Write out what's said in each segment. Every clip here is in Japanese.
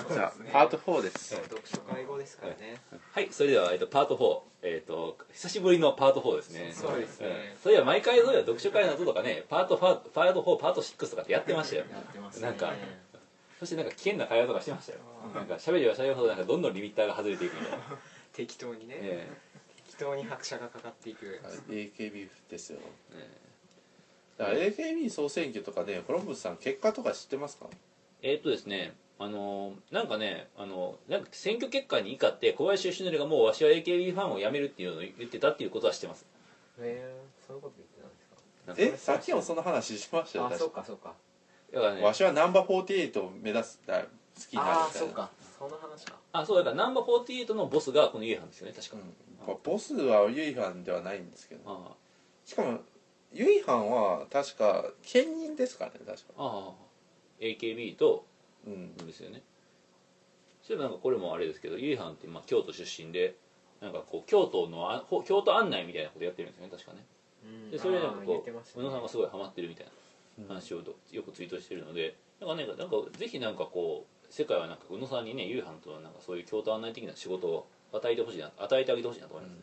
じゃあパート4です。 読書会後ですからね。 はい、それでは、パート4、久しぶりのパート4ですね。 そうですね。 そういや毎回そういや読書会の後とかね、パート4、パート6とかってやってましたよ。 やってますね。 なんかそしてなんか危険な会話とかしてましたよ。なんか喋りは喋るほどなんかどんどんリミッターが外れていくみたいな。 適当にね、適当に拍車がかかっていく。 AKB ですよ。だから AKB 総選挙とかね、コロンブスさん結果とか知ってますか？ ですね、なんかね、なんか選挙結果に怒って小林義則がもうわしは AKB ファンを辞めるっていうのを言ってたっていうことは知ってます。 そういうこと言ってたんですか？ さっきもその話しましたよ。 あ、そうかそうか。 だからね、わしはナンバー48を目指す好きになるみたいな。 あ、そうか、その話か。 あ、そうだからナンバー48のボスがこのユイハンですよね、確か。 ボスはユイハンではないんですけど、しかもユイハンは確か兼任ですからね、確か。 AKB とですよね。そういえばなんかこれもあれですけど、ユイハンって京都出身で、なんかこう京都案内みたいなことやってるんですよね、確かね。でそれでなんかこう宇野さんがすごいハマってるみたいな話をよくツイートしてるので、なんかぜひなんかこう世界はなんか宇野さんにね、ユイハンとなんかそういう京都案内的な仕事を与えてあげてほしいなと思います、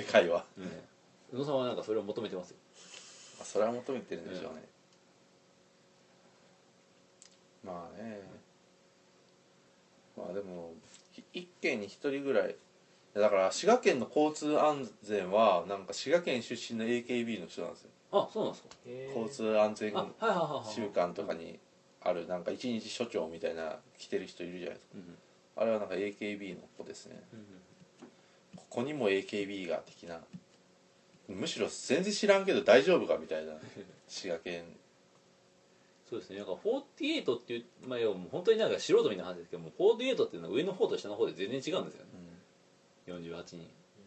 世界は、 宇野さんはなんかそれを求めてますよ。 それは求めてるんでしょうね。まあね、まあでも一県に一人ぐらいだから、滋賀県の交通安全はなんか滋賀県出身の AKB の人なんですよ。 あ、そうなんですか。 交通安全週間とかにあるなんか一日所長みたいな来てる人いるじゃないですか、あれはなんか AKB の子ですね、ここにも AKB が的な、むしろ全然知らんけど大丈夫かみたいな滋賀県。 そうですね、なんか48っていう、まあ、本当になんか素人みたいな話ですけども、48っていうのは上の方と下の方で全然違うんですよね、48人、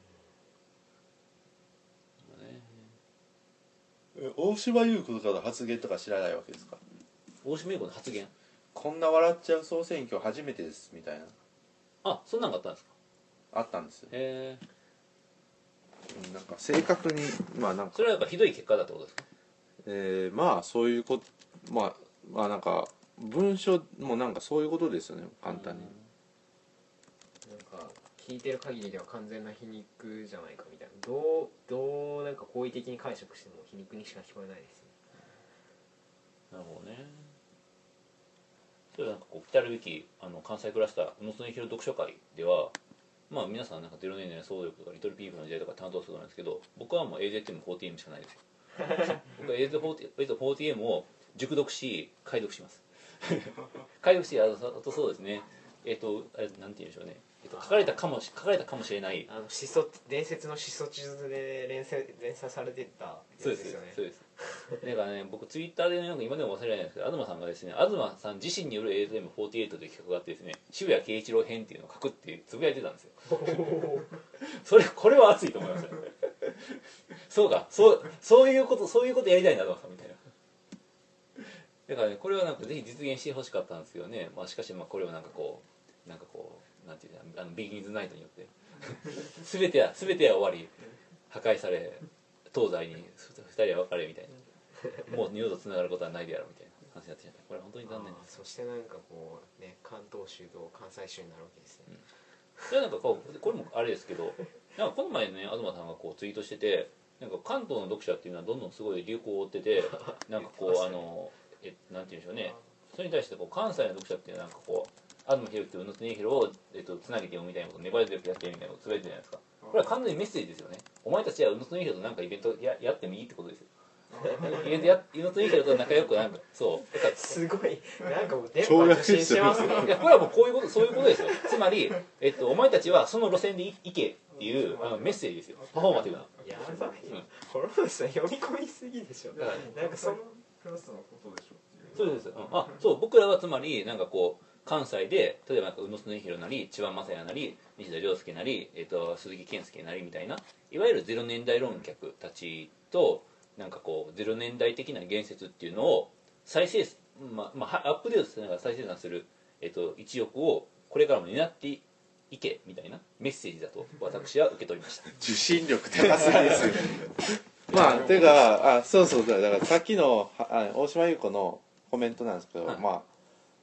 大島優子とかの発言とか知らないわけですか？ 大島優子の発言、 こんな笑っちゃう総選挙初めてですみたいな。 あ、そんなんがあったんですか？ あったんですよ。 へえ。なんか正確にまあなんかそれはやっぱひどい結果だってことですか？ まあそういうことまあなんか文章もなんかそういうことですよね、簡単に。 なんか聞いてる限りでは完全な皮肉じゃないかみたいな、どうなんか好意的に解釈しても皮肉にしか聞こえないですね。 なるほどね。それはなんかこう来たるべき関西クラスター宇野恒弘読書会では、まあ皆さんなんか0年代の総力とかリトルピープルの時代とか担当すると思うんですけど、僕はもう AZM40M しかないですよ。僕は AZ40M を熟読し解読します。解読し、あとそうですね、あれなんて言うんでしょうね、書かれたかもしれない伝説の始祖地図で連載されてたやつですよね。 そうですだからね、僕ツイッターでなんか今でも忘れないんですけど、東さんがですね、東さん自身による AZM48 という企画があってですね、渋谷慶一郎編っていうのを書くってつぶやいてたんですよ。これは熱いと思いますよ。そうか、そういうことやりたいなとみたいな。だからね、これはなんかぜひ実現してほしかったんですけどね、まあしかしこれはなんかこうなんていうの、ビギンズナイトによって全ては終わり、破壊され、東西に2人は別れみたいな、もう二度とつながることはないであろうみたいな話になってしまって、これは本当に残念です。 そしてなんかこうね、関東州と関西州になるわけですね。 それはなんかこれもあれですけど、なんかこの前ね、東さんがこうツイートしてて、なんか関東の読者っていうのはどんどんすごい流行を追ってて、なんかこうなんていうんでしょうね、それに対してこう関西の読者っていうのはなんかこう東博樹と宇野恒弘をつなげて読むみたいなことを粘り強くやってるみたいなことをつぶやいてるじゃないですか。これは完全にメッセージですよね。お前たちは宇野恒弘となんかイベントやってもいいってことですよ。宇野恒弘と仲良くなんかそうだからすごいなんかもう電波受信してますね。 いやこれはもうそういうことですよ。つまりお前たちはその路線で行けっていうメッセージですよ。パフォーマティブな。 やばい。ホロウスさん読み込みすぎでしょ。なんかそのクラスのことでしょ。 そうです。そう僕らはつまりなんかこう関西で例えばなんか宇野恒弘なり千葉雅也なり西田亮介なり、鈴木健介なりみたいないわゆる0年代論客たちとなんかこう0年代的な言説っていうのをアップデートしながら再生産する、一翼をこれからも担っていけみたいなメッセージだと私は受け取りました。 受信力高すぎですよ。まあていうかそうだからさっきの大島優子のコメントなんですけど、まあ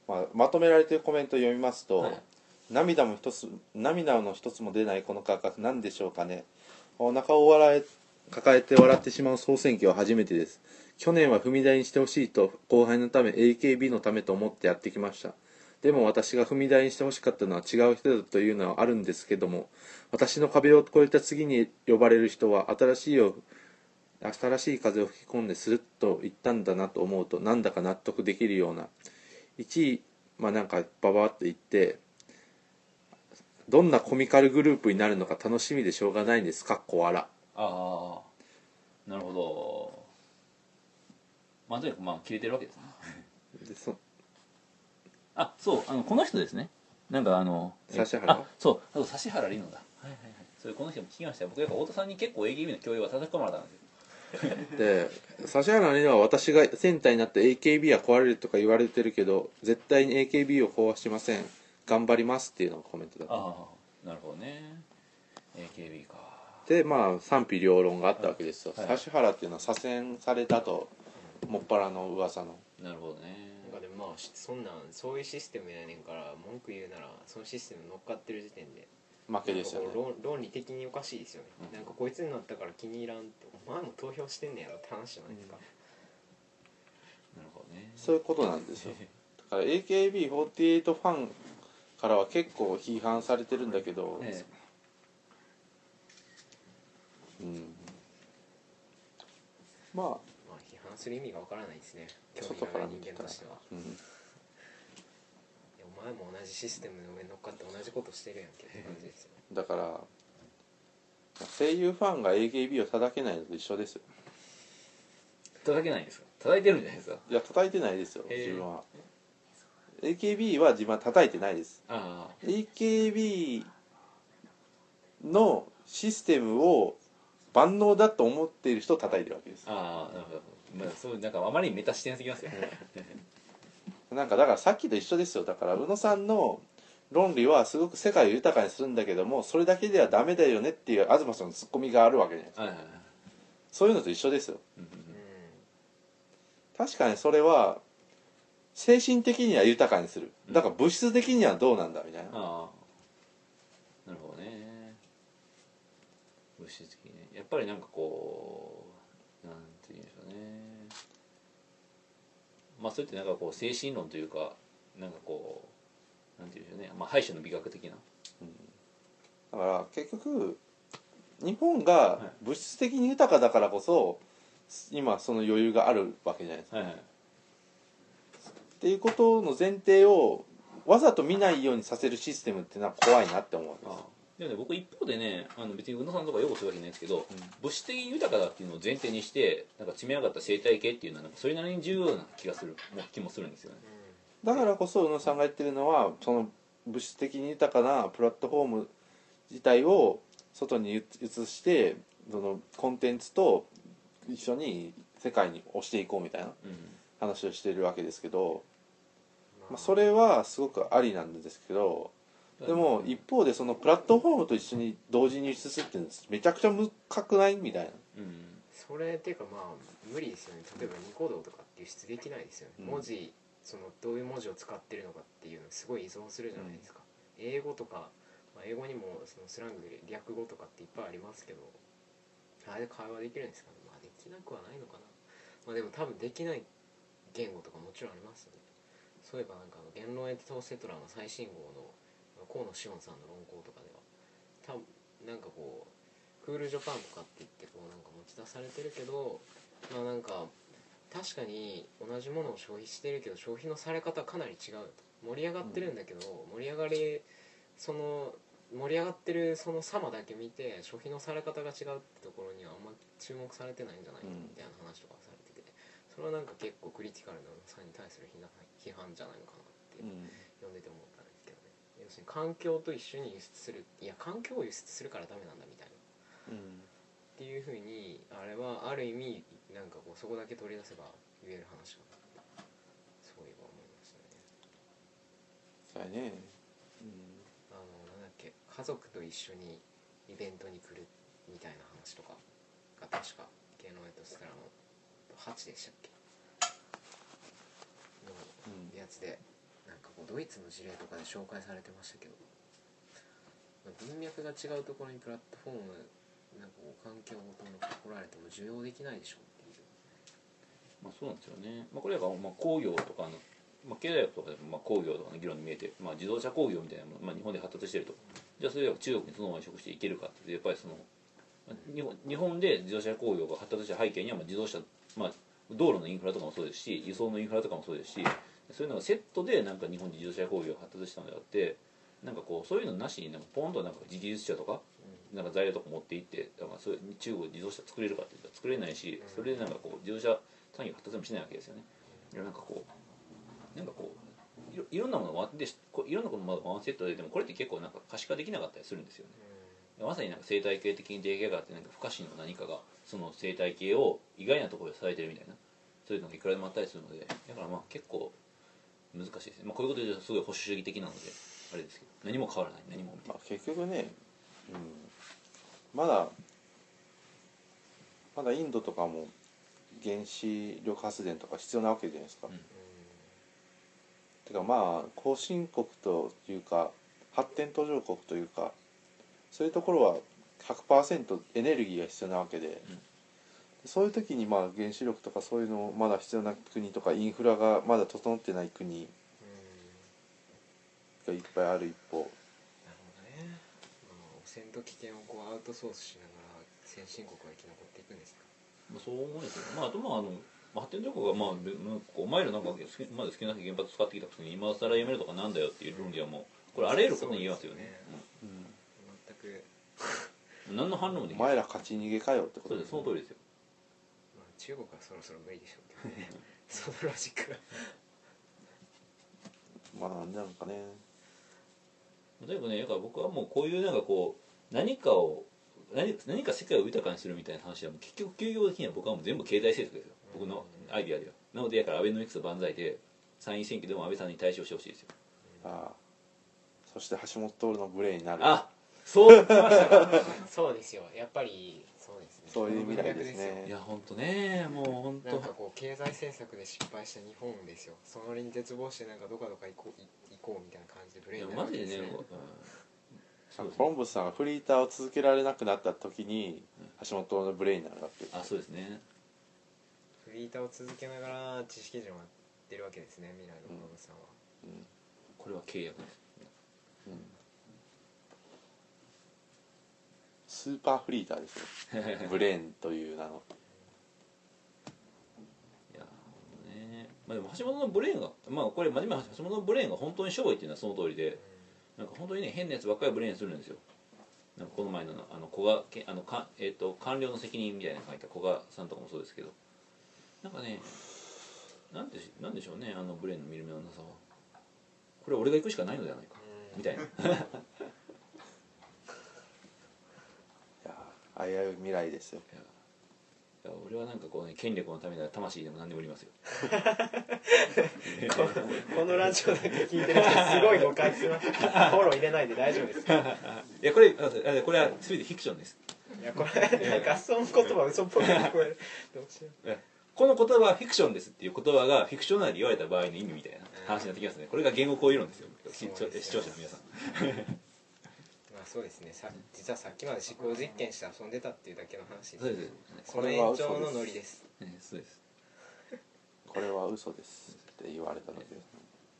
まとめられているコメントを読みますと、 はい、 涙の一つも出ないこの価格なんでしょうかね。お腹を抱えて笑ってしまう総選挙は初めてです。去年は踏み台にしてほしいと後輩のため AKB のためと思ってやってきました。でも私が踏み台にしてほしかったのは違う人だというのはあるんですけども、私の壁を越えた次に呼ばれる人は新しい風を吹き込んでスルッと言ったんだなと思うと、なんだか納得できるような1位、なんかババッと言って、どんなコミカルグループになるのか楽しみでしょうがないんです。かっこ笑。 ああ、なるほど。とにかく切れてるわけですね。 でそうこの人ですね。なんか指原そう指原莉乃だ。はいはいはい。それこの人も聞きましたよ。僕やっぱ太田さんに結構 AKB の教養は叩き込まれたんですよ。 で指原莉乃は私がセンターになって AKB は壊れるとか言われてるけど絶対に AKB を壊しません、頑張りますっていうのがコメントだった。 ああ、なるほどね。 AKB か。 で賛否両論があったわけですよ、 はい指原っていうのは左遷されたともっぱらの噂の。 なるほどね。 なんかでもそういうシステムやねんから文句言うならそのシステム乗っかってる時点で負けですよね。 論理的におかしいですよね、なんかこいつになったから気に入らんってお前も投票してんねやろって話じゃないですか、 なるほどね。 そういうことなんですよ。だから AKB48 ファンからは結構批判されてるんだけど、 まあ批判する意味がわからないですね、興味がない人間としては。お前も同じシステムの上に乗っかって同じことしてるやんけって感じですよ。 だから声優ファンが AKB を叩けないのと一緒ですよ。 叩けないんですか？叩いてるんじゃないですか？ いや叩いてないですよ、自分は。 AKB は自分は叩いてないです。 AKB のシステムを万能だと思っている人を叩いてるわけです。 ああ、なるほど。そうなんかあまりにメタ視点すぎますよね。 だからさっきと一緒ですよ。だから宇野さんの論理はすごく世界を豊かにするんだけども、それだけではダメだよねっていう東さんのツッコミがあるわけじゃないですか、そういうのと一緒ですよ、確かにそれは精神的には豊かにする、だから物質的にはどうなんだみたいな。 なるほどね。物質的にね、やっぱりなんかこうなんていうんでしょうね。それってなんかこう精神論というか、なんかこうなんていうんでしょうね、敗者の美学的な、 だから結局日本が物質的に豊かだからこそ今その余裕があるわけじゃないですか、っていうことの前提をわざと見ないようにさせるシステムっていうのは怖いなって思うんです。 でもね、僕一方でね、別に宇野さんとか擁護するわけじゃないですけど、物質的に豊かだっていうのを前提にしてなんか積み上がった生態系っていうのはなんかそれなりに重要な気もするんですよね。 だからこそ宇野さんが言ってるのはその物質的に豊かなプラットフォーム自体を外に移してそのコンテンツと一緒に世界に押していこうみたいな話をしているわけですけど、それはすごくありなんですけど、でも一方でそのプラットフォームと一緒に同時に輸出するっていうのはめちゃくちゃ深くないみたいな、 それっていうか無理ですよね。例えばニコ動とかって輸出できないですよね、文字どういう文字を使ってるのかっていうのすごい依存するじゃないですか、英語とか、英語にもそのスラングで略語とかっていっぱいありますけど、あれで会話できるんですかね。できなくはないのかな。でも多分できない言語とかもちろんありますよね。そういえばなんか言論エトセトラの最新号の河野紫音さんの論考とかではなんかこうクールジャパンとかって言ってこうなんか持ち出されてるけど、なんか確かに同じものを消費してるけど消費のされ方はかなり違うと。盛り上がってるんだけど、盛り上がってるその様だけ見て消費のされ方が違うってところにはあんま注目されてないんじゃないかみたいな話とかされてて、それはなんか結構クリティカルなさに対する批判じゃないのかなって読んでて思ったんですけどね。要するに環境と一緒に輸出する、いや環境を輸出するからダメなんだみたいな、っていうふうにあれはある意味なんかこうそこだけ取り出せば言える話かなってそういえば思いましたね。 そうやね、 なんだっけ、家族と一緒にイベントに来るみたいな話とかが確か芸能エトステラの8でしたっけのやつで、 なんかこうドイツの事例とかで紹介されてましたけど、文脈が違うところにプラットフォームなんかこう環境を求めて来られても需要できないでしょっていう。 まあそうなんですよね。これが工業とかの、経済学とかでも工業とかの議論に見えて、自動車工業みたいなもの、日本で発達していると、じゃあそれは中国にそのまま移植していけるかって、やっぱりその日本で自動車工業が発達した背景には自動車、道路のインフラとかもそうですし、輸送のインフラとかもそうですし、そういうのがセットでなんか日本で自動車工業が発達したのであって、なんかこうそういうのなしになんかポンとなんか自立車とか、なんか材料とか持っていって、だからそういう中国で自動車作れるかって言ったら作れないし、それでなんかこう自動車産業発達もしないわけですよね。なんかこういろんなものがいろんなことがワンセットで、でもこれって結構なんか可視化できなかったりするんですよね。まさになんか生態系的に出来上がって、なんか不可視の何かがその生態系を意外なところで支えてるみたいな、そういうのがいくらでもあったりするので、だから結構難しいですね。こういうことで言うとすごい保守主義的なのであれですけど、何も変わらない何も、 結局ね、まだインドとかも原子力発電とか必要なわけじゃないですか。てか後進国というか発展途上国というか、そういうところは 100% エネルギーが必要なわけで、そういう時に原子力とかそういうのまだ必要な国とかインフラがまだ整ってない国がいっぱいある一方。なるほどね。汚染と危険をこうアウトソースしながら先進国は生き残っていくんですか。 そう思うんですよ。あと発展途上国がお前らなんかまだ好きな原発使ってきたくせに今更やめるとかなんだよっていう論理はもうこれあらゆることに言えますよね。 全く何の反論もできない。 お前ら勝ち逃げかよってことです。その通りですよ。 中国はそろそろ無理でしょうけどねそのロジックがなんかね、 例えばね、だから僕はもうこういうなんかこう何か世界を豊かにするみたいな話はもう結局究極的には僕はもう全部経済政策ですよ、僕のアイディアでは。なのでだからアベノミクス万歳で参院選挙でも安倍さんに対処してほしいですよ。 そして橋本徹のブレーンになる。 そう言ってましたかそうですよ、やっぱりそうですね、 そういう未来ですね。 いや本当ね、もう本当なんかこう経済政策で失敗した日本ですよ。そのに絶望してなんかどかどか行こうみたいな感じでブレーンになるわけですね。 コロンブスさんがフリーターを続けられなくなった時に橋本徹のブレーンになるわけです。 そうですね。 フリーターを続けながら知識人をやってるわけですね、未来のコロンブスさんは。 これは契約です。 スーパーフリーターですよブレーンという名の。 いやね、でも橋本のブレーンがこれ真面目な橋本のブレーンが本当にしょぼいっていうのはその通りで、なんか本当にね変なやつばっかりブレーンするんですよ。なんかこの前の官僚の責任みたいなの書いた古賀さんとかもそうですけど、なんかねなんでしょうね、ブレーンの見る目のなさは。これ俺が行くしかないのではないかみたいな危うい未来ですよ。 いや俺はなんかこうね、権力のためなら魂でも何でも売りますよこのラジオだけ聞いてる人すごい誤解するフォロー入れないで大丈夫ですか。いやこれは全てフィクションです。 いやこれ合奏の言葉嘘っぽく聞こえるどうしよう。 この言葉はフィクションですっていう言葉がフィクショナルで言われた場合の意味みたいな話になってきますね。これが言語行為論ですよ、視聴者の皆さんそうですね、実はさっきまで思考実験して遊んでたっていうだけの話です。 そうです。 その延長のノリです。 そうです。 これは嘘ですって言われただけです。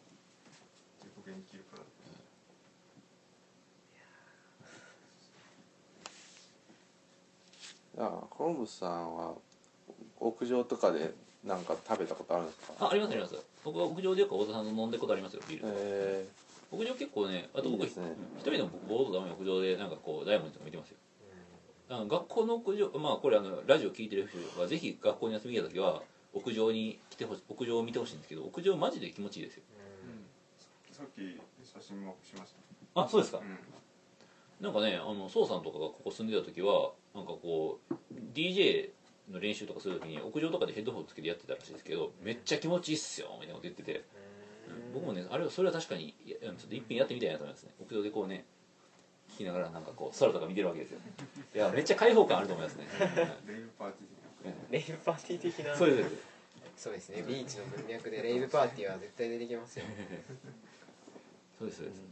コロンブスさんは屋上とかでなんか食べたことあるんですか。 ありますあります。僕は屋上でよく太田さんと飲んでことありますよ、ビール。屋上結構ね、あと僕一人でもボードダメ屋上でなんかこうダイヤモンドとか見てますよ。学校の屋上、これラジオ聞いてる人はぜひ学校に遊びに来た時は屋上に来てほしい、屋上を見てほしいんですけど、屋上マジで気持ちいいですよ。 さっき写真もしました。 そうですか。なんかね、宋さんとかがここ住んでた時はなんかこう DJ の練習とかする時に屋上とかでヘッドホンつけてやってたらしいですけど、めっちゃ気持ちいいっすよみたいなこと言ってて、僕もねそれは確かにちょっと一品やってみたいなと思いますね。屋上でこうね聞きながらなんかこう空とか見てるわけですよね。いやめっちゃ開放感あると思いますねレイブパーティー的な。 そうです。 そうですね、ビーチの文脈でレイブパーティーは絶対出てきますよそうですそうです、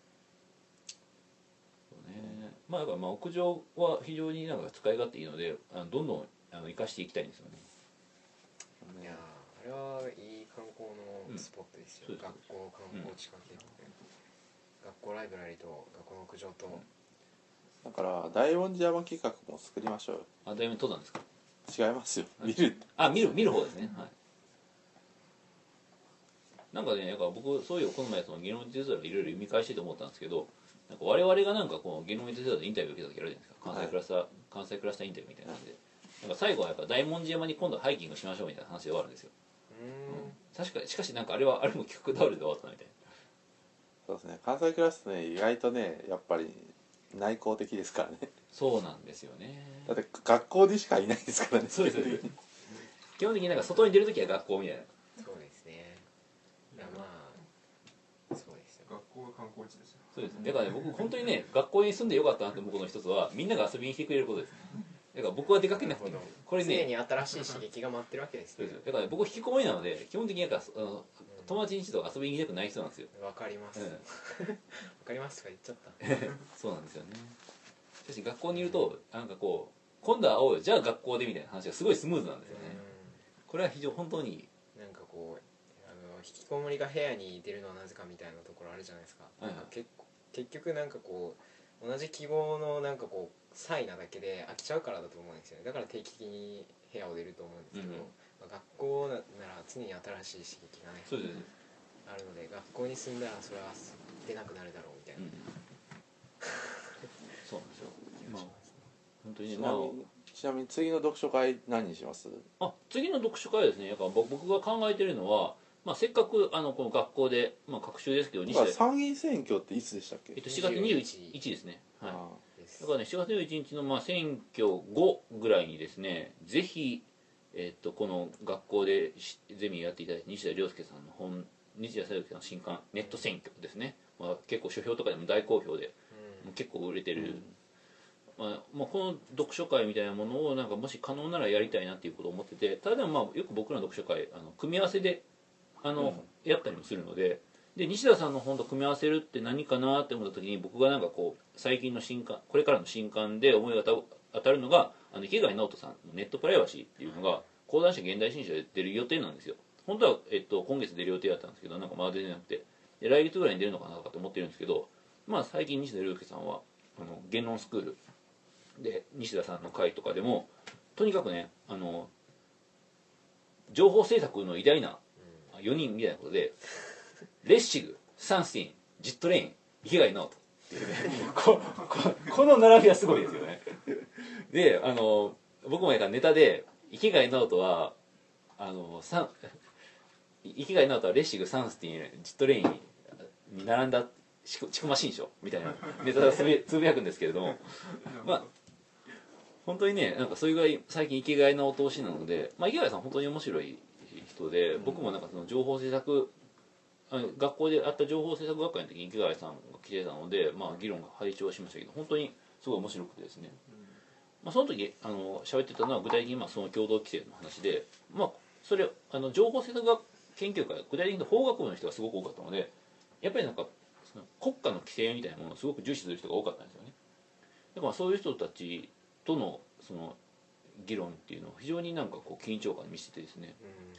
そうね、まあだからまあ屋上は非常になんか使い勝手いいのでどんどん生かしていきたいんですよね。 いやあれはいい観光のスポットですよ、 うん、 学校観光地関係、学校ライブラリと学校の屋上と、 だから大文字山企画も作りましょうよ。 大名登山ですか？ 違いますよ、見る。 見る方ですね、はい。なんかね、僕そういうこの前そのゲノム手伝いをいろいろ読み返してて思ったんですけど、なんか我々がなんかこのゲノム手伝いでインタビューを受けた時あるじゃないですか、関西クラスター、関西クラスターインタビューみたいな感じで、なんか最後はやっぱ大文字山に今度ハイキングしましょうみたいな話で終わるんですよ。確かに、しかしなんかあれも企画倒れで終わったみたいな。 そうですね、関西クラスね、意外とねやっぱり内向的ですからね。 そうなんですよね。 だって学校でしかいないですからね。 そうです基本的になんか外に出るときは学校みたいな。 そうですね、いやまあそうですよ、 学校が観光地ですよ。 そうです。だからね、僕本当にね、学校に住んでよかったなって思うことの一つは、みんなが遊びに来てくれることです。だから僕は出かけなくてもこれね、 常に新しい刺激が待ってるわけですよ。 だから、ね、僕引きこもりなので基本的になんか友達に一度遊びに行きたくない人なんですよ。 わかります、わかりますとか言っちゃったそうなんですよね。しかし学校にいるとなんかこう今度は会おうよ、じゃあ学校でみたいな話がすごいスムーズなんですよね。これは非常に本当にいい。 なんかこう引きこもりが部屋に出るのはなぜかみたいなところあるじゃないですか、 はいはい、 なんか結局なんかこう同じ記号のなんかこう差異なだけで飽きちゃうからだと思うんですよね。だから定期的に部屋を出ると思うんですけど、まあ、学校なら常に新しい刺激がねそうですあるので、学校に住んだらそれは出なくなるだろうみたいな、 そうなんですよ。まあ本当にね、 ちなみに次の読書会何にします？ 次の読書会はですね、やっぱ僕が考えているのは、せっかくこの学校で、隔週ですけど、 参議院選挙っていつでしたっけ？ 4月21日ですね。はい。だからね、4月21日の選挙後ぐらいにですね、ぜひ、この学校でゼミやっていただいた西田亮介さんの西田亮介さんの新刊ネット選挙ですね、結構書評とかでも大好評で、結構売れてる、この読書会みたいなものをなんかもし可能ならやりたいなっていうことを思ってて、ただでもよく僕らの読書会組み合わせでやったりもするので、西田さんの本と組み合わせるって何かなって思った時に、僕がなんかこう最近の新刊、これからの新刊で思いが当たるのが池貝直人さんのネットプライバシーっていうのが講談社現代新書で出る予定なんですよ。本当は、今月出る予定だったんですけど、なんかまだ出てなくて、で来月ぐらいに出るのかなとかって思ってるんですけど、最近西田亮介さんは言論スクールで西田さんの会とかでもとにかくね、情報制作の偉大な4人みたいなことで、レッシグ、サンスティン、ジットレイン、池貝直人っていうねこの並びはすごいですよね。で僕もネタで池貝直人は池貝直人はレッシグ、サンスティン、ジットレインに並んだちくま新書みたいなネタをつぶやくんですけれども本当にね、なんかそれぐらい最近池貝直人推しなので、池貝さん本当に面白い人で、僕もなんかその情報制作学校であった情報制作学会の時に池貝さんが来てたので、議論が拝聴しましたけど、本当にすごい面白くてですね、その時喋ってたのは具体的にその共同規制の話で、それ情報制作学研究会、具体的に法学部の人がすごく多かったので、やっぱりなんかその国家の規制みたいなものをすごく重視する人が多かったんですよね。だからそういう人たちとのその議論っていうのを非常になんかこう緊張感に満ちててですね、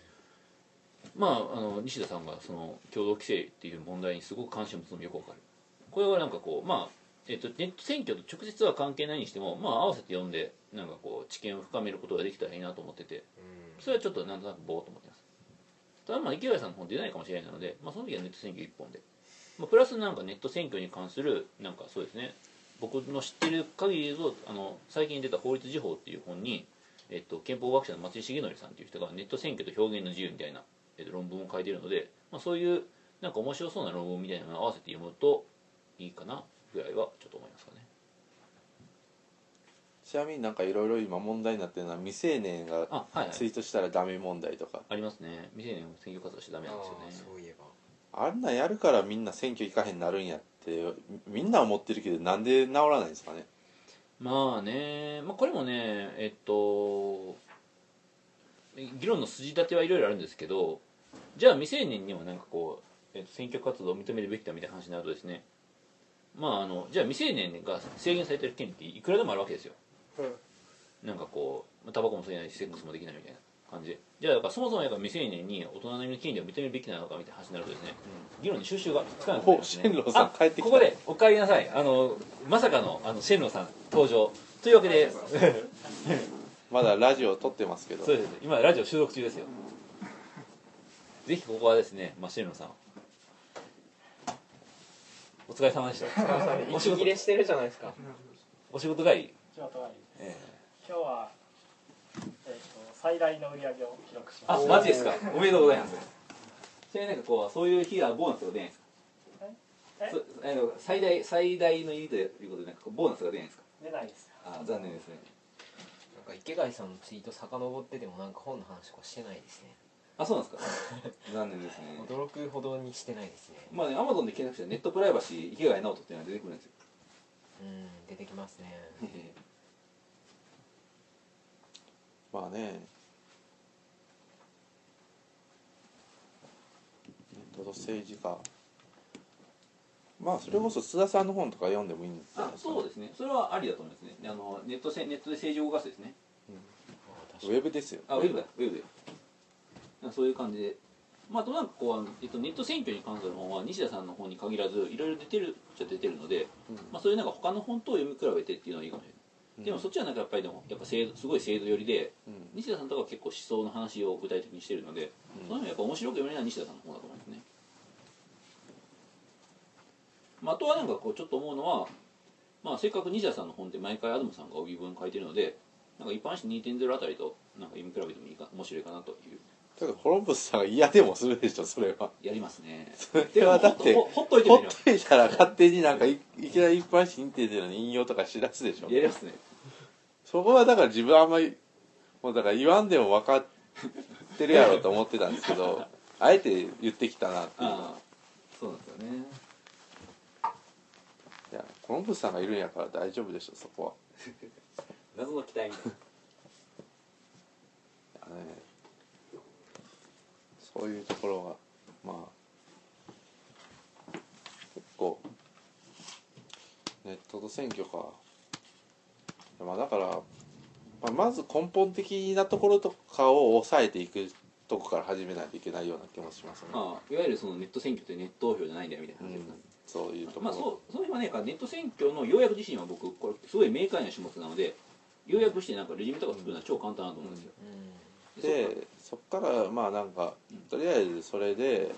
西田さんがその共同規制っていう問題にすごく関心を持つのもよくわかる。これはなんかこうネット選挙と直接は関係ないにしても、合わせて読んでなんかこう知見を深めることができたらいいなと思ってて、それはちょっとなんとなくぼーっと思ってます。ただ池谷さんの本出ないかもしれないので、その時はネット選挙一本で、プラスなんかネット選挙に関するなんかそうですね、僕の知ってる限りで言うと最近出た法律時報っていう本に、憲法学者の松井重則さんっていう人がネット選挙と表現の自由みたいな、論文を書いているので、そういうなんか面白そうな論文みたいなのを合わせて読むといいかなぐらいはちょっと思いますかね。 ちなみになんかいろいろ今問題になってるのは未成年がツイートしたらダメ問題とかありますね。未成年選挙活動しちゃダメなんですよね。 そういえばあんなんやるからみんな選挙行かへんなるんやってみんな思ってるけど、なんで治らないんですかね。これもね議論の筋立てはいろいろあるんですけど、じゃあ未成年にもなんかこう、選挙活動を認めるべきだみたいな話になるとですね、まあじゃあ未成年が制限されてる権利っていくらでもあるわけですよ。なんかこうタバコも吸えないしセックスもできないみたいな感じで、じゃあだからそもそもやっぱ未成年に大人並みの権利を認めるべきなのかみたいな話になるとですね、議論に収集がつかなくなりますね。 シェンロンさん帰ってきた。 ここでお帰りなさい。まさかのシェンロンさん登場というわけでまだラジオを撮ってますけど。 そうです、今ラジオ収録中ですよ。ぜひここはですね、シェンロンさんお疲れ様でした。 息切れしてるじゃないですか。 お仕事帰り。 仕事帰りです。今日は、最大の売り上げを記録しまあ、 した。 マジですか。おめでとうございます。ちなみになんかこうそういう日はボーナスが出ないですか。最大の意味ということでなんかボーナスが出ないですか。 出ないです。 あ、残念ですね。 なんか池貝さんのツイート遡っててもなんか本の話とかしてないですね。 あ、そうなんですか。残念ですね。 驚くほどにしてないですね。 まあね、アマゾンで検索したらネットプライバシー池貝直人っていうのが出てくるんですよ。 出てきますね。 まあね、政治家、まあそれこそ津田さんの本とか読んでもいいんじゃないですか、ね。 そうですね。それはありだと思いますね。ネットで政治を動かすですね。 ウェブですよ。 あ、ウェブだ、ウェブで。そういう感じで。まあ、あとなんかこう、ネット選挙に関する本は西田さんの本に限らずいろいろ出てるっちゃ出てるので、そういうなんか他の本と読み比べてっていうのはいいかもしれない。でもそっちはなんかやっぱりでもやっぱすごい制度寄りで、西田さんとかは結構思想の話を具体的にしてるので、その辺はやっぱ面白く読めるのは西田さんの本だと思いますね。あとはなんかこうちょっと思うのは、せっかく西田さんの本って毎回アドムさんが帯文書いてるので、なんか一般紙 2.0 あたりとなんか読み比べてもいいか面白いかなという。 だからコロンブスさんが嫌でもするでしょ、それは。 やりますね。 それはだってほっといてみる。 たら勝手になんかいきなり一般紙 2.0 の引用とかしだすでしょ。 やりますね。 そこはだから自分あんまりもうだから言わんでも分かってるやろうと思ってたんですけど、あえて言ってきたなっていうのは。 そうなんですよね。 いやコロンブスさんがいるんやから大丈夫でしょ、そこは。 謎の期待みたいな。 そういうところがまあ結構ネットと選挙か。だから、まず根本的なところとかを抑えていくとこから始めないといけないような気もしますね。 いわゆるそのネット選挙ってネット投票じゃないんだよみたいな話ですか、 そういうところ。 その辺はね、ネット選挙の要約自身は僕これすごい明快な種目なので、要約してなんかレジュメとか作るのは超簡単だと思うんですよ。 でそっからなんかとりあえずそれで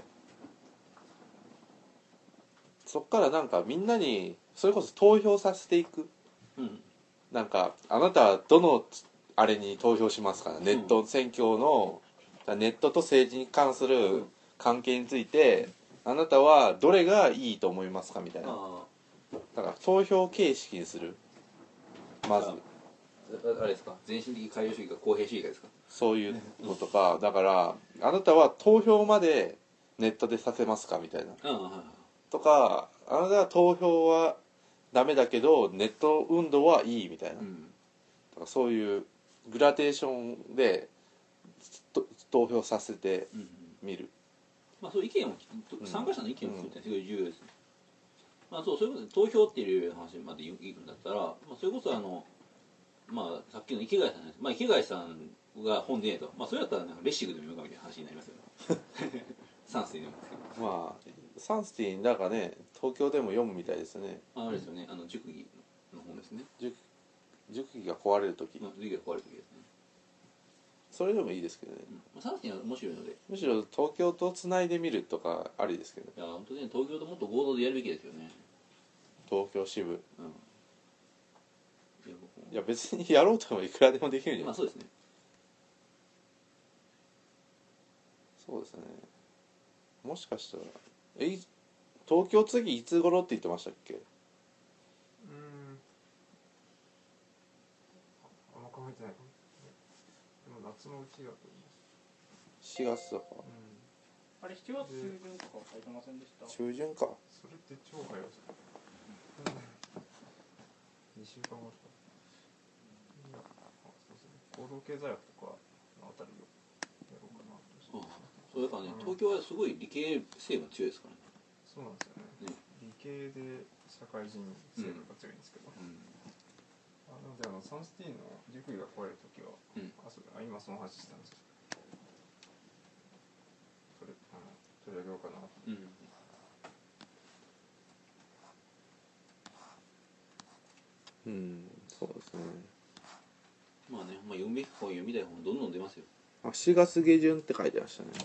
そっからなんかみんなにそれこそ投票させていく、なんかあなたはどのあれに投票しますかね、ネット選挙のネットと政治に関する関係についてあなたはどれがいいと思いますかみたいな、だから投票形式にする、まずあれですか、全身的海洋主義か公平主義かですか。 そういうのとか、だからあなたは投票までネットでさせますかみたいな、とか、あなたは投票はダメだけどネット運動はいいみたいな、だからそういうグラデーションで投票させてみる、 そういう意見を参加者の意見を聞くってすごい重要ですね。そういうことで投票っていう話まで言うんだったら、それこそさっきの池貝さんです。池貝さんが本でねえと、それだったらなんかレシグでも読むかみたいな話になりますよね。サンスティーでもですけど。 サンスティーなんかね、東京でも読むみたいですね。 あれですよね、熟議の本ですね。 熟議が壊れる時、 熟議が壊れる時ですね。 それでもいいですけどね。 サンスティーは面白いので、 むしろ東京とつないでみるとかありですけど。 いや本当に東京ともっと合同でやるべきですよね。 東京支部、いや別にやろうともいくらでもできるじゃん。 そうですね。 そうですね。もしかしたら東京次いつ頃って言ってましたっけ？ あんま考えてないかも。でも夏のうちだと思います。 4月だか、 あれ7月中旬とか書いてませんでした？ 中旬か。 それって超早いですね。2週間後とか。そうですね。行動経済学とかのあたりをそうだからね、東京はすごい理系成分強いですからね。 そうなんですよね。理系で社会人成分が強いんですけど、なのでサンスティーンの塾位が壊れるときは、今その話したんですよ。取り上げようかな。 そうですね。 まあね、読むべき本、読みたい本どんどん出ますよ。 4月下旬って書いてましたね。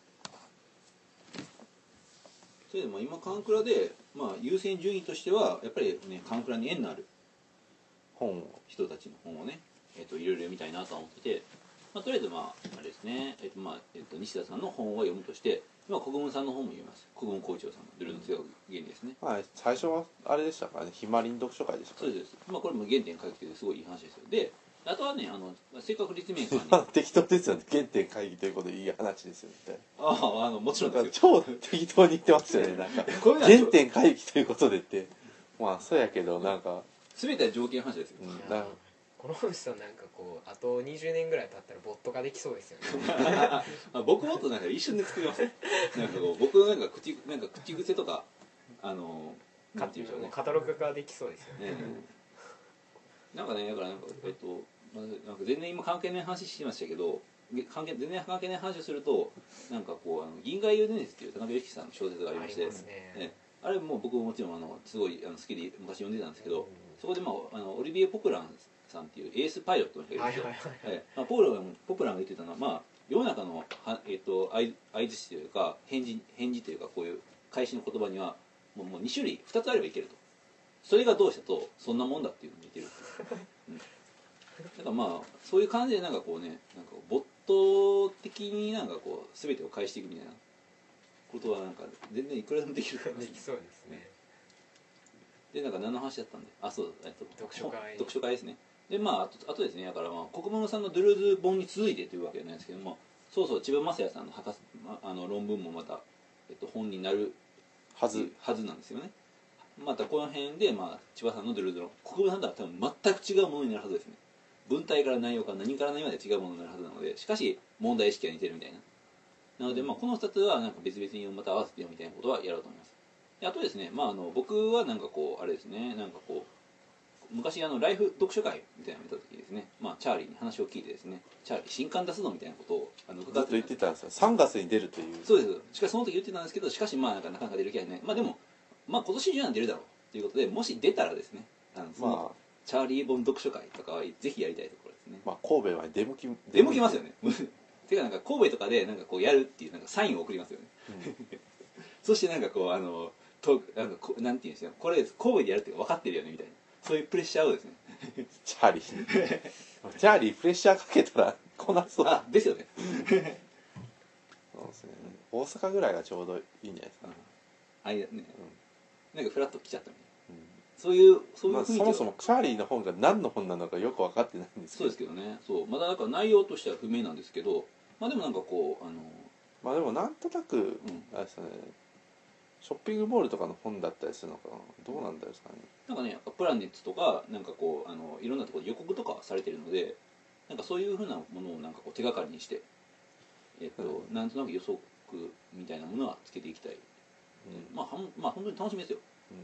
それでも今カンクラで、優先順位としてはやっぱりね、カンクラに縁のある人たちの本をね、いろいろ読みたいなと思ってて、とりあえずあれですね、西田さんの本を読むとして、国分さんの本も読みます。国分光一郎さんのドゥルーの強い原理ですね。 最初はあれでしたからね、ひまりん読書会でしたから。 そうです。これも原点回帰ですごいいい話ですよ。で、あとはね、せっかく立命館に適当ですよね。原点会議ということでいい話ですよね。 もちろんですよ。超適当に言ってますよね。なんか原点会議ということでって、そうやけどなんか全ては条件反射ですよ。 この本さん、なんかあと20年ぐらい経ったらボットができそうですよね。 僕もっとなんか一瞬で作ります。なんか僕の口癖とかなんていうんでしょうね、カタログができそうですよね。 なんかね、だからなんか全然今関係ない話してましたけど、全然関係ない話をすると、なんか銀河英雄伝説っていう田中良樹さんの小説がありまして、あれも僕もちろんすごい好きで昔読んでたんですけど、そこでオリビエ・ポプランさんっていうエースパイロットの人がいるんですよ。ポプランが言ってたのは、世の中の相づちというか返事というか、こういう返しの言葉にはもう2種類2つあればいけると。それがどうしたとそんなもんだっていうのを言ってるっていう、だからそういう感じでなんかボット的になんか全てを返していくみたいなことはなんか全然いくらでもできるからできそうですね。 で、なんか何の話だったんで、読書会ですね。で、あとですね、だから国分さんのドゥルーズ本に続いてというわけじゃないですけども、そう千葉雅也さんの論文もまた、本になるはずなんですよね。またこの辺で、千葉さんのドゥルーズの国分さんとは多分全く違うものになるはずですね。文体から内容から何から何まで違うものになるはずなので、しかし問題意識が似てるみたいな。なので、この2つはなんか別々にまた合わせて読みたいなことはやろうと思います。あとですね、僕はなんかあれですね、なんか昔ライフ読書会みたいなのを見た時にですね、チャーリーに話を聞いてですね、チャーリー新刊出すのみたいなことをずっと言ってたんですよ。3月に出るという。 そうです。しかしその時言ってたんですけど、しかしなかなか出る気はない。でも今年中には出るだろうということで、もし出たらですね、そのチャーリー本読書会とかはぜひやりたいところですね。 神戸は出向きますよね。てかなんか神戸とかでなんかやるっていうなんかサインを送りますよね。そしてなんかなんていうんですか、これ神戸でやるって分かってるよねみたいな、そういうプレッシャーをですねチャーリープレッシャーかけたら来なそうですよね。 そうですね、大阪ぐらいがちょうどいいんじゃないですかね。 なんかフラッと来ちゃったみたいな、そういうそもそもチャーリーの本が何の本なのかよく分かってないんですけど。そうですけどね。まだなんか内容としては不明なんですけど、でもなんかでもなんとなくあれですね、ショッピングモールとかの本だったりするのかな、どうなんですかね。 なんかね、プラネッツとかなんかいろんなところで予告とかされてるので、なんかそういうふうなものをなんか手がかりにして、なんとなく予測みたいなものはつけていきたい。本当に楽しみですよ。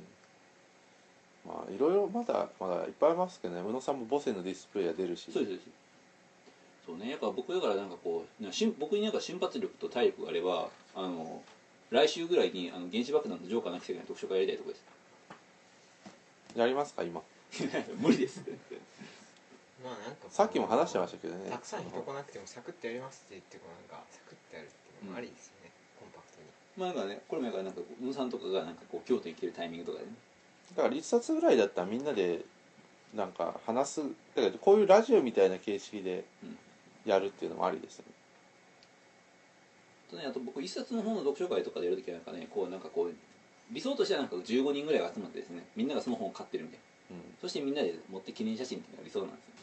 いろいろまだいっぱいありますけどね。宇野さんもボセのディスプレイは出るし。 そうです。そうね、やっぱ僕だからなんか僕になんか瞬発力と体力があれば、来週ぐらいに原子爆弾とジョーカーなき世界の読書会やりたいところです。 やりますか今。 無理です。 なんかさっきも話してましたけどね。 たくさん人来なくてもサクッとやりますって言ってなんかサクッとやるっていうのもありですよね、コンパクトに。 なんかね、これもなんか宇野さんとかがなんか京都に来てるタイミングとかでね。 だから1冊ぐらいだったらみんなでなんか話す、だからこういうラジオみたいな形式でやるっていうのもありですよね。 あと僕一冊の本の読書会とかでやるときはなんかね、理想としてはなんか15人ぐらいが集まってですね、みんながその本を買ってるみたいな、そしてみんなで持って記念写真っていうのが理想なんですよ。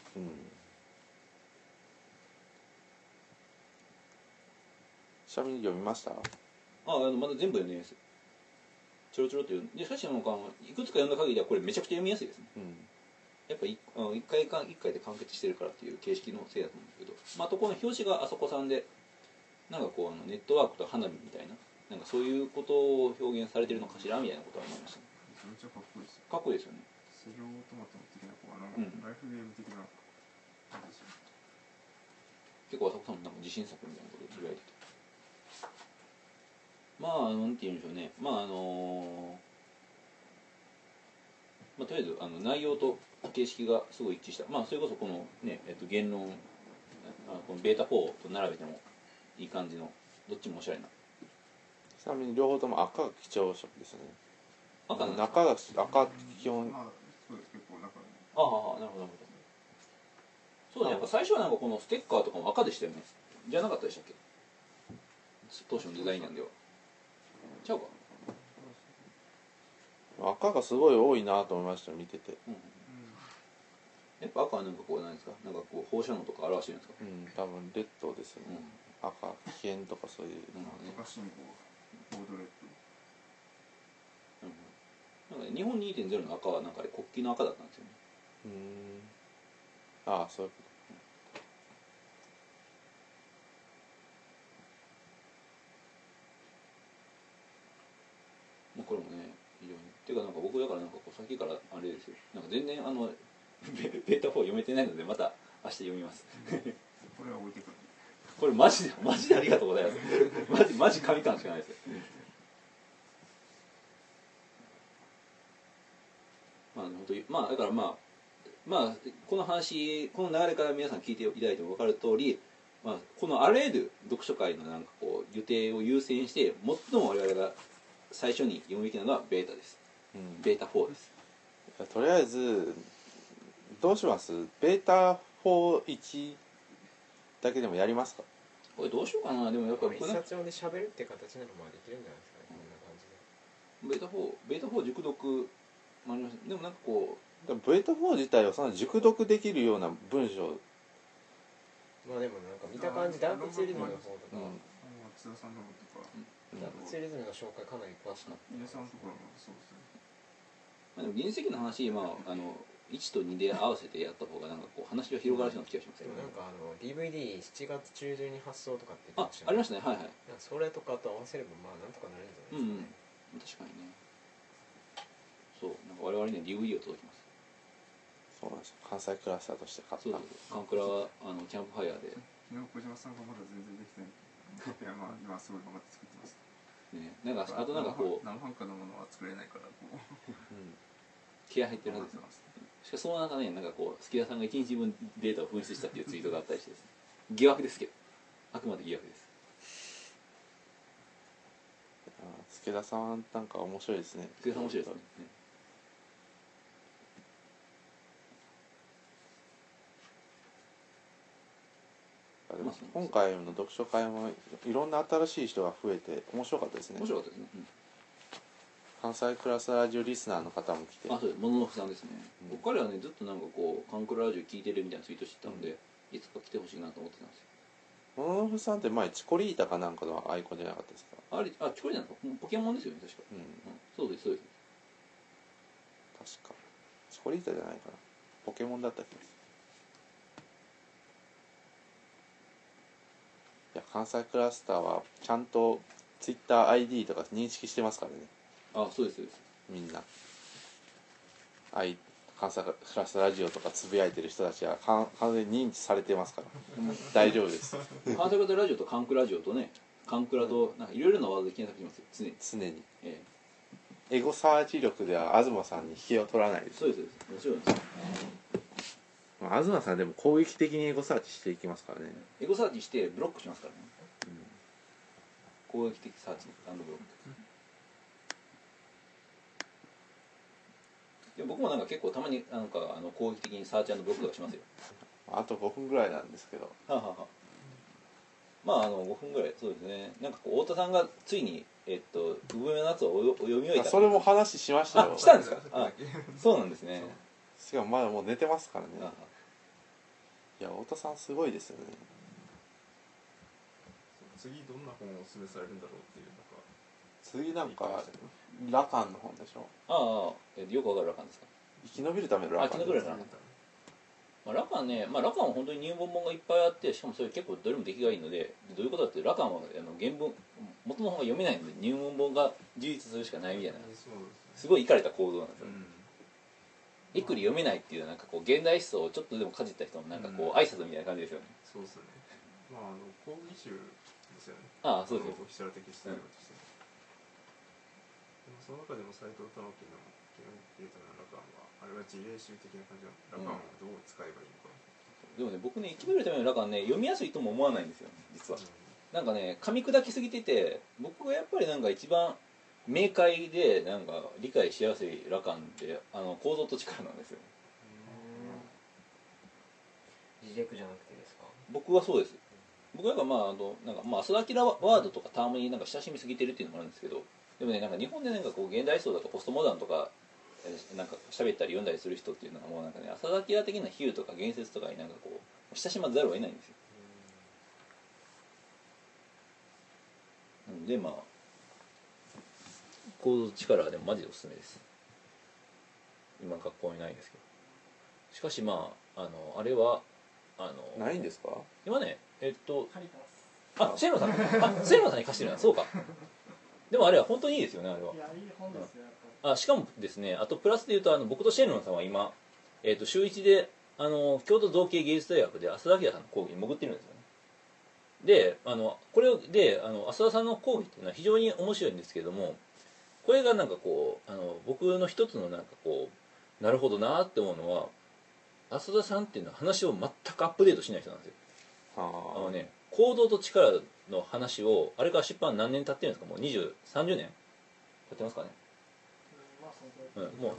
ちなみに読みました？ まだ全部読んでないです。ちょろちょろっていうで、しかしいくつか読んだ限りはこれめちゃくちゃ読みやすいですね。やっぱ一回で完結してるからっていう形式のせいだと思うんですけど、あとこの表紙があそこさんで、 なんかこうネットワークと花火みたいな、なんかそういうことを表現されてるのかしらみたいなことは思いました。 めっちゃかっこいいですよ。 かっこいいですよね。 セリオオートマト的なこうなんかライフゲーム的な感じですよ。 結構浅子さんもなんか自信作みたいなことをつぶやいてて、まあなんて言うんでしょうね、まあとりあえず内容と形式がすごい一致した、まあそれこそこのね、言論このベータ4と並べてもいい感じの、どっちもおしゃれな。 ちなみに両方とも赤が基調色ですね。 赤なんですか？ 中が赤基本。 まあそうです結構中で。 ああなるほどなるほど。そうね、やっぱ最初はなんかこのステッカーとかも赤でしたよね。じゃなかったでしたっけ？当初のデザインなんでは。ちゃうか。 赤がすごい多いなと思いました見てて。 やっぱ赤はなんかこうなんですか、なんかこう放射能とか表してるんですか？ 多分レッドですよね。赤危険とかそういうのね。 赤信号ボードレッド。 なんか日本 2.0 の赤はなんか国旗の赤だったんですよね。 ああそういうこと。 これもね非常にていうかなんか僕だからなんかこうさっきからあれですよ、なんか全然ベータ4読めてないのでまた明日読みます。 これは置いてくる。 これマジでありがとうございます。マジ神感しかないですよ。まあ本当にだからまあこの話この流れから皆さん聞いていただいても分かる通り、このあらゆる読書会のなんかこう予定を優先して最も我々が最初に読むべきなのはベータです。ベータ4です。 とりあえずどうします？ベータ41だけでもやりますか？ これどうしようかな。でもやっぱり一冊読んで喋るっていう形ならまあできるんじゃないですかね、こんな感じで。 ベータ4熟読もあります。でもなんかこベータ4自体はその熟読できるような文章。 まあでもなんか見た感じダークツーリズムの方とか、 津田さんのとか、 ダークツーリズムの紹介かなり詳しかった。 皆さんのところもそうですね。 でも原石の話、1と2で合わせてやった方がなんかこう話が広がるような気がしますでもなんかDVD7 月中旬に発送とかってあ言ってましたりましたね。はいはい。 それとかと合わせればまあなんとかなるんじゃないですかね。 確かにね。そうなんか我々には DVD を届きます。 そうなんですよ。関西クラスターとして買った。 そうカンクラはキャンプファイヤーで小島さんがまだ全然できてない。いやまあ今すごい頑張って作ってます。 ね、なんかあとなんかこう生半可なものは作れないからこう気合入ってるはずです。しかしその中ね、なんかこう助田さんが1日分データを紛失したっていうツイートがあったりしてですね、疑惑ですけど、あくまで疑惑です。 助田さんなんか面白いですね。 助田さん面白いですね。 今回の読書会もいろんな新しい人が増えて面白かったですね。 面白かったですね。 関西クラスラジオリスナーの方も来て。 そうです。モノノフさんですね。彼はねずっとなんかこうカンクララジオ聞いてるみたいなツイートしてたので、いつか来てほしいなと思ってたんですよ。 モノノフさんって前チコリータかなんかのアイコンじゃなかったですか？ チコリータなんですか？ポケモンですよね確か。そうですそうです。 確かチコリータじゃないかな。ポケモンだった気がする。いや関西クラスターはちゃんとツイッター ID とか認識してますからね。 そうですそうです。 みんな関西クラスラジオとかつぶやいてる人たちは完全に認知されてますから大丈夫です。 関西クラジオとカンクラジオとね、カンクラとなんかいろいろなワードで検索しますよ常に。エゴサーチ力では東さんに引けを取らないです。 そうですもちろんです。 東さんでも攻撃的にエゴサーチしていきますからね。 エゴサーチしてブロックしますからね。攻撃的サーチブロック。で僕もなんか結構たまになんか攻撃的にサーチ&ブロックとかしますよ。 あと5分ぐらいなんですけど。 5分ぐらいそうですね。なんかこう太田さんがついに産めの夏をお読み終えた。 それも話しましたよ。 したんですか？そうなんですね。 しかもまだもう寝てますからね。いや太田さんすごいですよね。 次どんな本をおすすめされるんだろうっていう次なんかラカンの本でしょ。 よくわかるラカンですか？ 生き延びるためのラカン。 生き延びるためのラカン。 ラカンね、ラカンは本当に入門本がいっぱいあって、しかもそれ結構どれも出来がいいので、どういうことだってラカンは原文元の本が読めないので入門本が充実するしかないみたいな、すごいイかれた構造なんですよ、エクリ読めないっていうなんかこう現代思想をちょっとでもかじった人のなんかこう挨拶みたいな感じですよね。 そうですね。講義集ですよね。 ああ、そうです。 オフィシャル的スタイルとして、その中でも斎藤直樹の基本データのラカンはあれは事例集的な感じのラカンをどう使えばいいのか、 でもね、僕ね、生き延びるためのラカンね、読みやすいとも思わないんですよ実は、なんかね、噛み砕きすぎてて、僕がやっぱりなんか一番明快でなんか理解しやすいラカンって構造と力なんですよ。 自虐じゃなくてですか？ 僕はそうです。僕なんか浅田明ワードとかタームになんか親しみすぎてるっていうのもあるんですけど、でもね、なんか日本でなんかこう現代思想とかポストモダンとかなんか喋ったり読んだりする人っていうのはもうなんかね、浅田明的な比喩とか言説とかになんかこう親しまざるを得ないんですよ。で構造力はでもマジでおすすめです。今学校にないですけど、しかしあれはないんですか今ね。 借りてます。清野さん清野さんに貸してるな。そうか。でもあれは本当にいいですよね、あれは。 いや、いい本ですよ、やっぱり。 しかもですね、あとプラスで言うと僕とシェンロンさんは今、週1で京都造形芸術大学で浅田明さんの講義に潜ってるんですよね。でこれで浅田さんの講義っていうのは非常に面白いんですけれども、これがなんかこう僕の一つのなんかこうなるほどなって思うのは、浅田さんっていうのは話を全くアップデートしない人なんですよ。行動と力の話をあれから出版何年経ってるんですか？もう20、30年経ってますかね。もう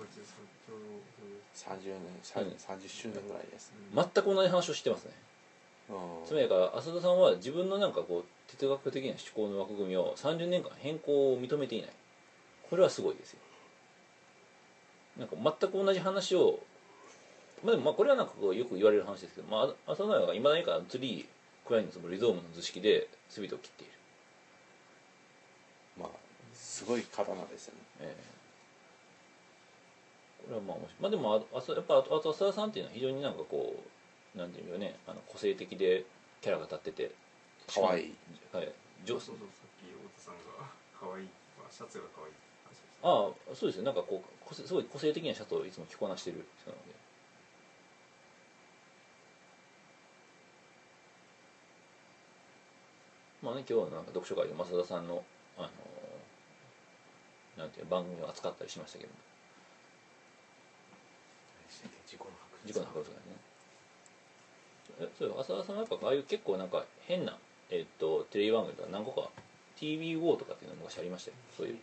30年、30周年ぐらいです、 全く同じ話をしてますね。つまりから浅田さんは自分のなんかこう哲学的な思考の枠組みを30年間変更を認めていない。これはすごいですよ。なんか全く同じ話を、でもこれはなんかこうよく言われる話ですけど、浅田がいまだにからツリークラインのそのリゾームの図式で全てを切っている。 すごい刀ですよね。 これは面白い。でもやっぱ浅田さんっていうのは非常になんかこうなんていうのね、個性的でキャラが立ってて可愛い。 はい。 そうさっき太田さんが可愛い、シャツが可愛い話でした。 そうですよ。なんかこうすごい個性的なシャツをいつも着こなしてる人なので。今日はなんか読書会で増田さんのなんていう番組を扱ったりしましたけども、自己の博物館ですね。そう浅田さんはやっぱああいう結構なんか変なテレビ番組とか何個か TVO とかっていうのが昔ありましたよ。そういう。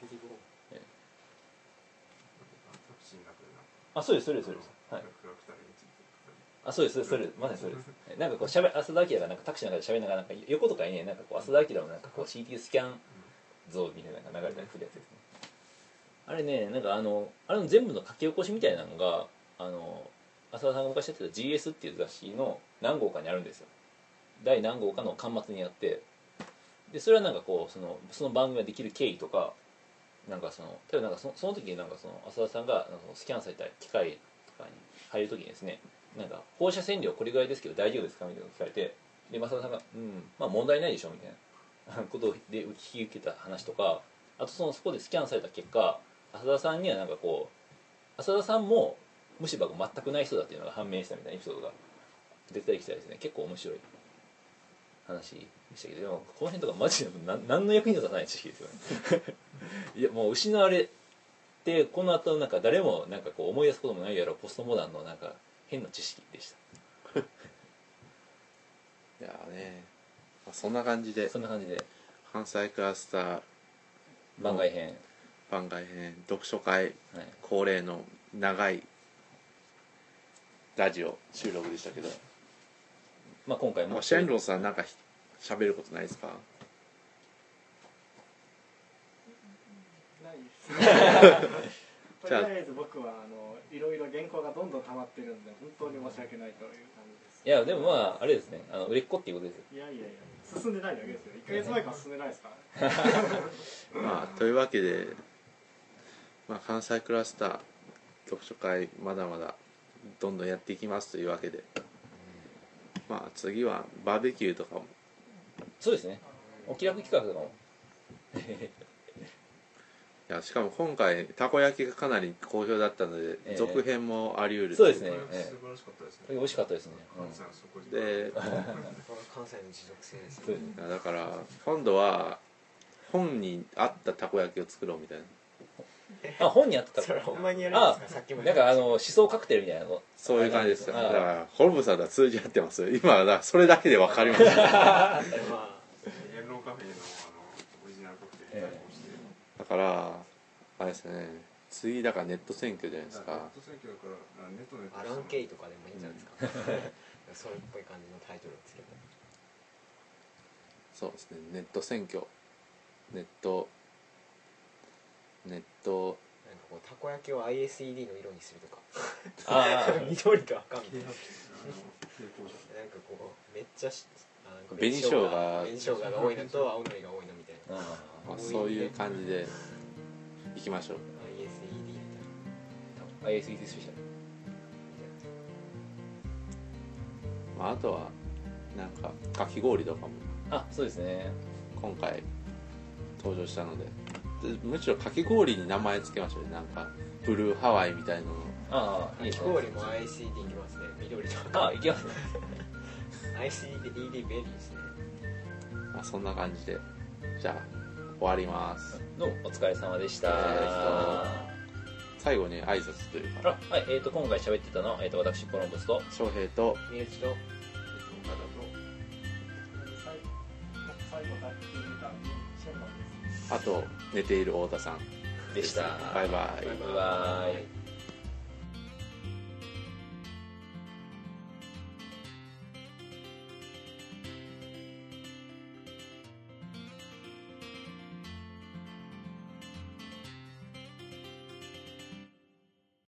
そうです。はい。そうです。まさにそうです。なんかこう浅田明がなんかタクシーの中で喋りながらなんか横とかにね、なんかこう浅田明のなんかこう CT スキャン像みたいなのが流れたりするやつですね。あれね、なんかあれの全部の書き起こしみたいなのが浅田さんが昔やってた GS っていう雑誌の何号かにあるんですよ。第何号かの巻末にあって、でそれはなんかこうその番組ができる経緯とか、なんか例えばなんかその時になんか浅田さんがスキャンされた機械とかに入る時にですね、なんか放射線量これぐらいですけど大丈夫ですかみたいなのを聞かれて、で増田さんが問題ないでしょみたいなことで聞き受けた話とか、あとそこでスキャンされた結果、浅田さんにはなんかこう浅田さんも虫歯が全くない人だっていうのが判明したみたいなエピソードが出てきたりですね、結構面白い話でしたけど、でもこの辺とかマジで何の役に立たない知識ですよねいやもう失われて、この後なんか誰もなんかこう思い出すこともないやろポストモダンのなんか変な知識でしたいやね、そんな感じで関西クラスター番外編読書会、恒例の長いラジオ収録でしたけど、 今回もシェンロンさんなんか喋ることないですか？ ないですとりあえず僕はいろいろ原稿がどんどん溜まってるんで本当に申し訳ないという感じです。 いやでもあれですね、売れっ子っていうことですよ。 いや進んでないだけですよ。1ヶ月前から進んでないですからというわけで、関西クラスター読書会まだまだどんどんやっていきますというわけで、 まあ次はバーベキューとかもそうですね、お気楽企画とかもいやしかも今回たこ焼きがかなり好評だったので、続編もあり得るそうですね、 素晴らしかったですね。 美味しかったですね、 で関西の持続性ですよね。 だから今度は本に合ったたこ焼きを作ろうみたいな。 あ、本にあったそれほんまにやるんですか？さっきもなんかしそカクテルみたいなの、 そういう感じですよ。 あだからホルムさんとは通じ合ってますよ今は。だからそれだけで分かりますまあイエローカフェのオリジナルカクテルに対抗して、 だからあれですね、次だからネット選挙じゃないですか。 ネット選挙だからネットアラン・ケイとかでもいいんじゃないですか。それっぽい感じのタイトルですけど。 そうですね、ネット選挙、ネットなんかこうたこ焼きを ISED の色にするとか。 あ緑と赤みたいな。なんかこうめっちゃ紅生姜が多いのと青のりが多いのみたいな。 まあ、そういう感じでいきましょう。 ISED みたいな。 ISED スペシャル。 まあ、あとはなんかかき氷とかもあ、そうですね、 今回登場したので、むしろかき氷に名前つけましょうね。なんかブルーハワイみたいなの。 ああ、いいですね。 氷も ICD いきますね。緑とか。 あ、いきますね。 ICD ベリーですね。 まあ、そんな感じでじゃあ終わります。 どうもお疲れ様でした。 最後に挨拶というか、 はい、今回喋ってたのは、私コロンブスと翔平と身内と最後だけ見たシェンロンです。 あと寝ている太田さんでした。 バイバイ。 バイバイ。